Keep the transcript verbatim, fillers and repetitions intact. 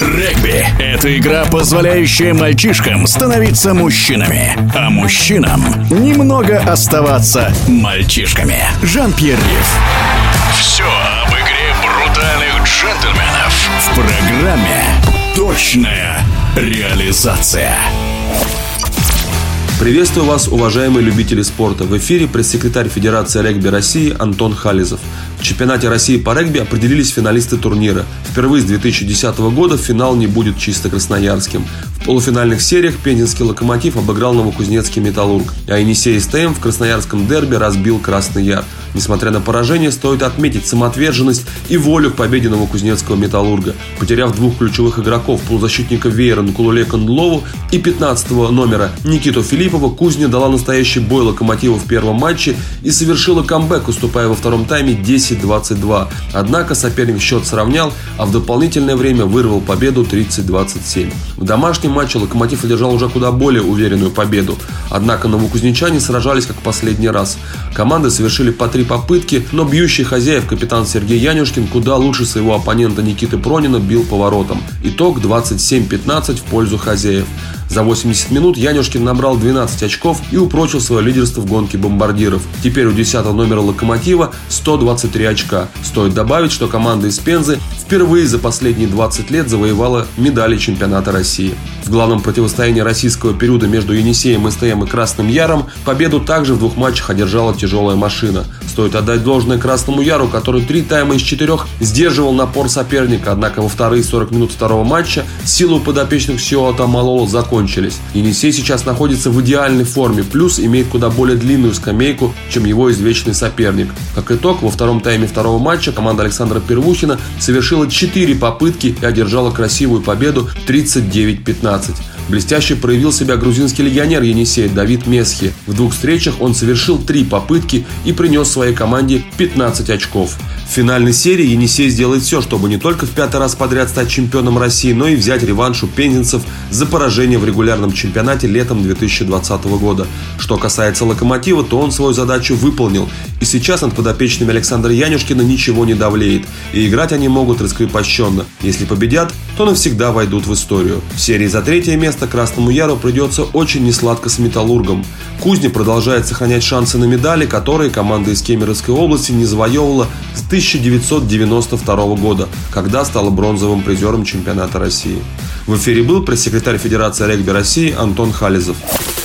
Регби – это игра, позволяющая мальчишкам становиться мужчинами, а мужчинам немного оставаться мальчишками. Жан-Пьер Риф. Все об игре брутальных джентльменов в программе «Точная реализация». Приветствую вас, уважаемые любители спорта. В эфире пресс-секретарь Федерации регби России Антон Хализов. В чемпионате России по регби определились финалисты турнира. Впервые с две тысячи десятого года финал не будет чисто красноярским. В полуфинальных сериях Пензенский «Локомотив» обыграл Новокузнецкий «Металлург», а Енисей СТМ в красноярском дерби разбил Красный Яр. Несмотря на поражение, стоит отметить самоотверженность и волю к победе Новокузнецкого «Металлурга». Потеряв двух ключевых игроков, полузащитника Веера Нкулуле Кандлову и пятнадцатого номера Никиту Филиппова, Кузня дала настоящий бой «Локомотиву» в первом матче и совершила камбэк, уступая во втором тайме десять двадцать два. Однако соперник счет сравнял, а в дополнительное время вырвал победу тридцать двадцать семь. В домашнем матче «Локомотив» одержал уже куда более уверенную победу. Однако новокузнечане сражались как в последний раз. Команды совершили по три попытки, но бьющий хозяев капитан Сергей Янюшкин куда лучше своего оппонента Никиты Пронина бил поворотом. Итог двадцать семь пятнадцать в пользу хозяев. За восемьдесят минут Янюшкин набрал двенадцать очков и упрочил свое лидерство в гонке бомбардиров. Теперь у десятого номера «Локомотива» сто двадцать три очка. Стоит добавить, что команда из Пензы впервые за последние двадцать лет завоевала медали чемпионата России. В главном противостоянии российского периода между Енисеем СТМ и Красным Яром победу также в двух матчах одержала тяжелая машина. Стоит отдать должное Красному Яру, который три тайма из четырех сдерживал напор соперника, однако во вторые сорок минут второго матча силу подопечных Сиоата Малоло закончились. Енисей сейчас находится в идеальной форме, плюс имеет куда более длинную скамейку, чем его извечный соперник. Как итог, во втором тайме второго матча команда Александра Первухина совершила четыре попытки и одержала красивую победу тридцать девять пятнадцать. Блестяще проявил себя грузинский легионер Енисея Давид Месхи. В двух встречах он совершил три попытки и принес своей команде пятнадцать очков. В финальной серии Енисей сделает все, чтобы не только в пятый раз подряд стать чемпионом России, но и взять реванш у пензенцев за поражение в регулярном чемпионате летом две тысячи двадцатого года. Что касается «Локомотива», то он свою задачу выполнил. И сейчас над подопечными Александра Янюшкина ничего не давлеет. И играть они могут раскрепощенно. Если победят, то навсегда войдут в историю. В серии за третье место Красному Яру придется очень несладко с «Металлургом». Кузня продолжает сохранять шансы на медали, которые команда из Кемеровской области не завоевывала с тысяча девятьсот девяносто второго года, когда стала бронзовым призером чемпионата России. В эфире был пресс-секретарь Федерации регби России Антон Хализов.